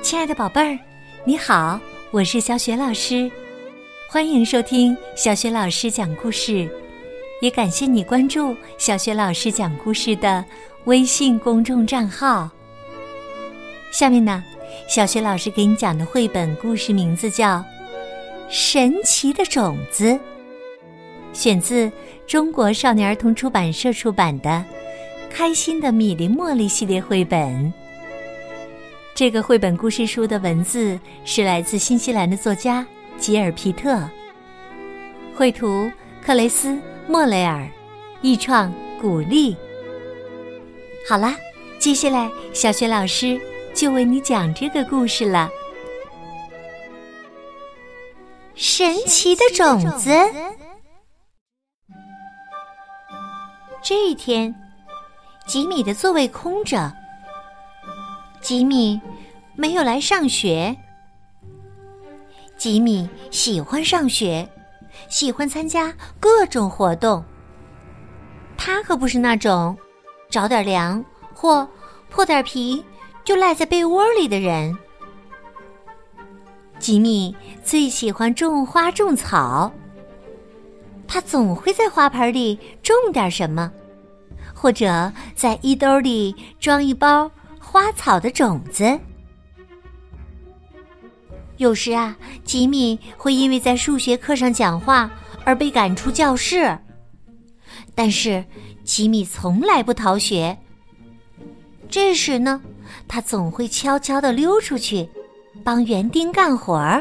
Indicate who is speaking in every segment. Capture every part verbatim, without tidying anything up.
Speaker 1: 亲爱的宝贝儿，你好，我是小雪老师，欢迎收听小雪老师讲故事，也感谢你关注小雪老师讲故事的微信公众账号。下面呢，小雪老师给你讲的绘本故事名字叫《神奇的种子》，选自中国少年儿童出版社出版的《开心的米粒茉莉》系列绘本。这个绘本故事书的文字是来自新西兰的作家吉尔皮特，绘图克雷斯莫雷尔，译创古丽。好啦，接下来小雪老师就为你讲这个故事了。神奇的种子。这一天，吉米的座位空着。吉米没有来上学。吉米喜欢上学，喜欢参加各种活动。他可不是那种着点凉或破点皮就赖在被窝里的人。吉米最喜欢种花种草，他总会在花盆里种点什么，或者在衣兜里装一包花草的种子。有时啊，吉米会因为在数学课上讲话而被赶出教室，但是吉米从来不逃学。这时呢，他总会悄悄地溜出去帮园丁干活儿。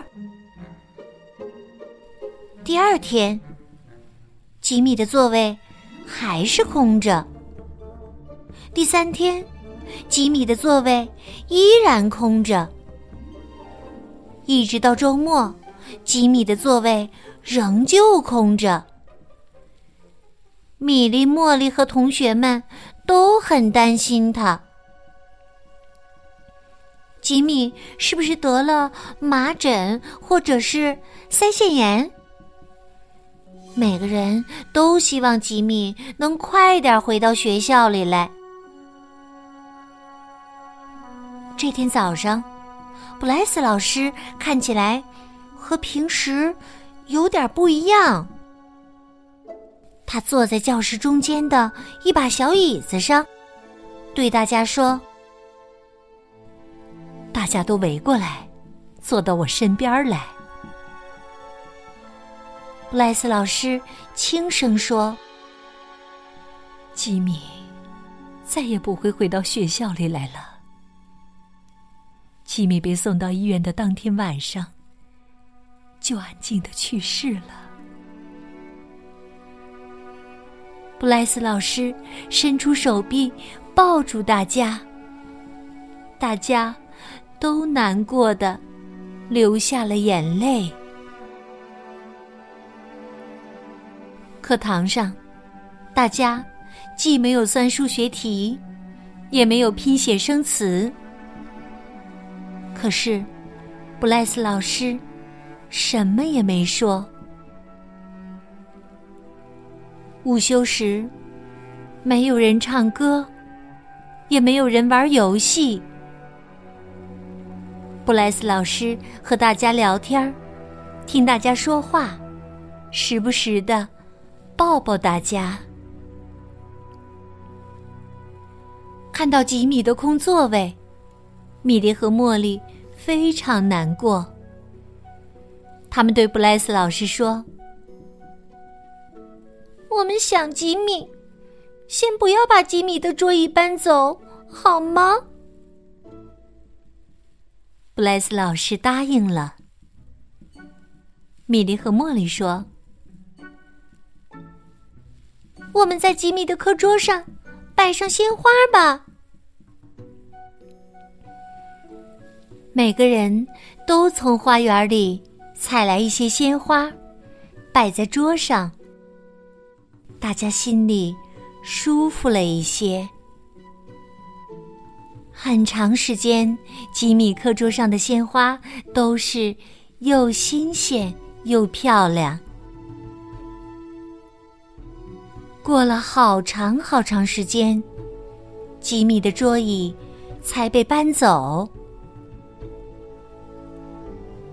Speaker 1: 第二天，吉米的座位还是空着。第三天，吉米的座位依然空着。一直到周末，吉米的座位仍旧空着。米莉、茉莉和同学们都很担心他。吉米是不是得了麻疹或者是腮腺炎？每个人都希望吉米能快点回到学校里来。这天早上，布莱斯老师看起来和平时有点不一样。他坐在教室中间的一把小椅子上，对大家说：大家都围过来，坐到我身边来。布莱斯老师轻声说：吉米再也不会回到学校里来了。吉米被送到医院的当天晚上，就安静地去世了。布莱斯老师伸出手臂抱住大家，大家都难过地流下了眼泪。课堂上，大家既没有算数学题，也没有拼写生词。可是，布莱斯老师什么也没说。午休时，没有人唱歌，也没有人玩游戏。布莱斯老师和大家聊天，听大家说话，时不时地抱抱大家。看到吉米的空座位，米莉和茉莉非常难过。他们对布莱斯老师说：我们想吉米，先不要把吉米的桌椅搬走，好吗？布莱斯老师答应了。米莉和茉莉说：我们在吉米的课桌上摆上鲜花吧。每个人都从花园里采来一些鲜花，摆在桌上。大家心里舒服了一些。很长时间，吉米课桌上的鲜花都是又新鲜又漂亮。过了好长好长时间，吉米的桌椅才被搬走。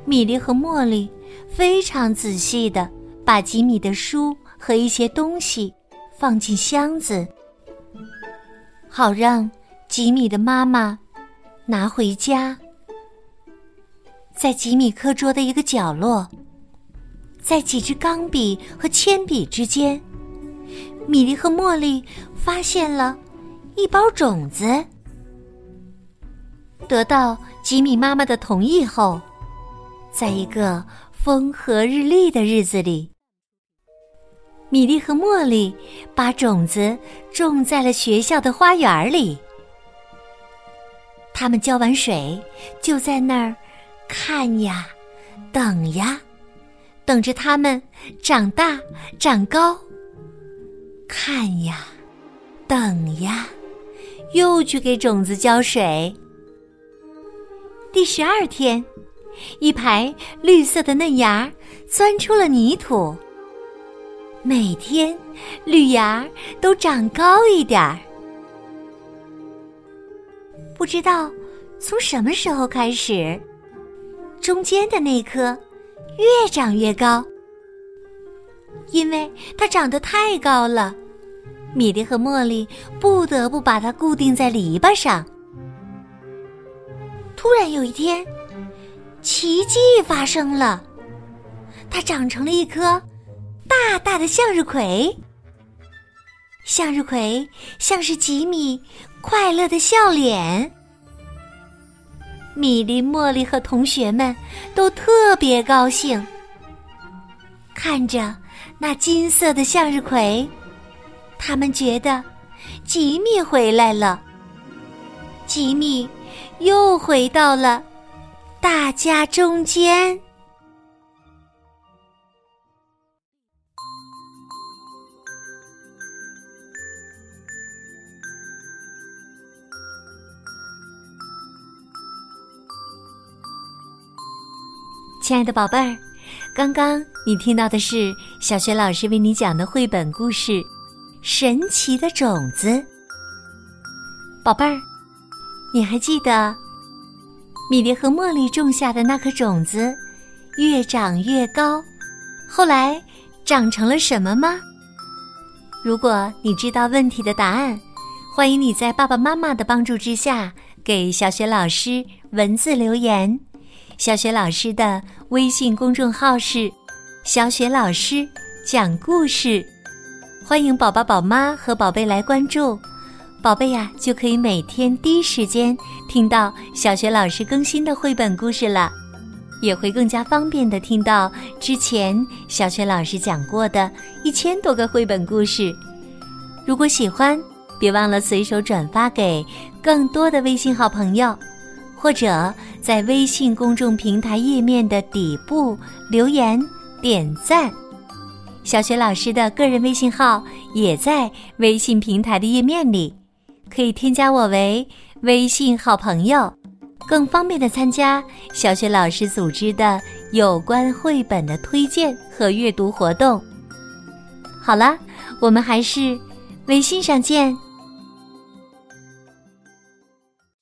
Speaker 1: 米莉和茉莉非常仔细地把吉米的书和一些东西放进箱子，好让吉米的妈妈拿回家。在吉米课桌的一个角落，在几支钢笔和铅笔之间，米莉和茉莉发现了一包种子。得到吉米妈妈的同意后，在一个风和日丽的日子里，米莉和茉莉把种子种在了学校的花园里。他们浇完水，就在那儿看呀，等呀，等着它们长大长高。看呀，等呀，又去给种子浇水。第十二天，一排绿色的嫩芽钻出了泥土，每天绿芽都长高一点儿。不知道从什么时候开始，中间的那颗越长越高，因为它长得太高了，米莉和茉莉不得不把它固定在篱笆上。突然有一天，奇迹发生了，它长成了一颗大大的向日葵。向日葵像是吉米快乐的笑脸。米莉、茉莉和同学们都特别高兴，看着那金色的向日葵，他们觉得吉米回来了，吉米又回到了大家中间。亲爱的宝贝儿，刚刚你听到的是小学老师为你讲的绘本故事《神奇的种子》。宝贝儿，你还记得米莉和茉莉种下的那颗种子越长越高，后来长成了什么吗？如果你知道问题的答案，欢迎你在爸爸妈妈的帮助之下给小学老师文字留言。小学老师的微信公众号是小雪老师讲故事，欢迎宝宝宝妈和宝贝来关注，宝贝呀就可以每天第一时间听到小学老师更新的绘本故事了，也会更加方便地听到之前小学老师讲过的一千多个绘本故事。如果喜欢，别忘了随手转发给更多的微信好朋友，或者在微信公众平台页面的底部留言点赞。小学老师的个人微信号也在微信平台的页面里，可以添加我为微信好朋友，更方便的参加小学老师组织的有关绘本的推荐和阅读活动。好了，我们还是微信上见。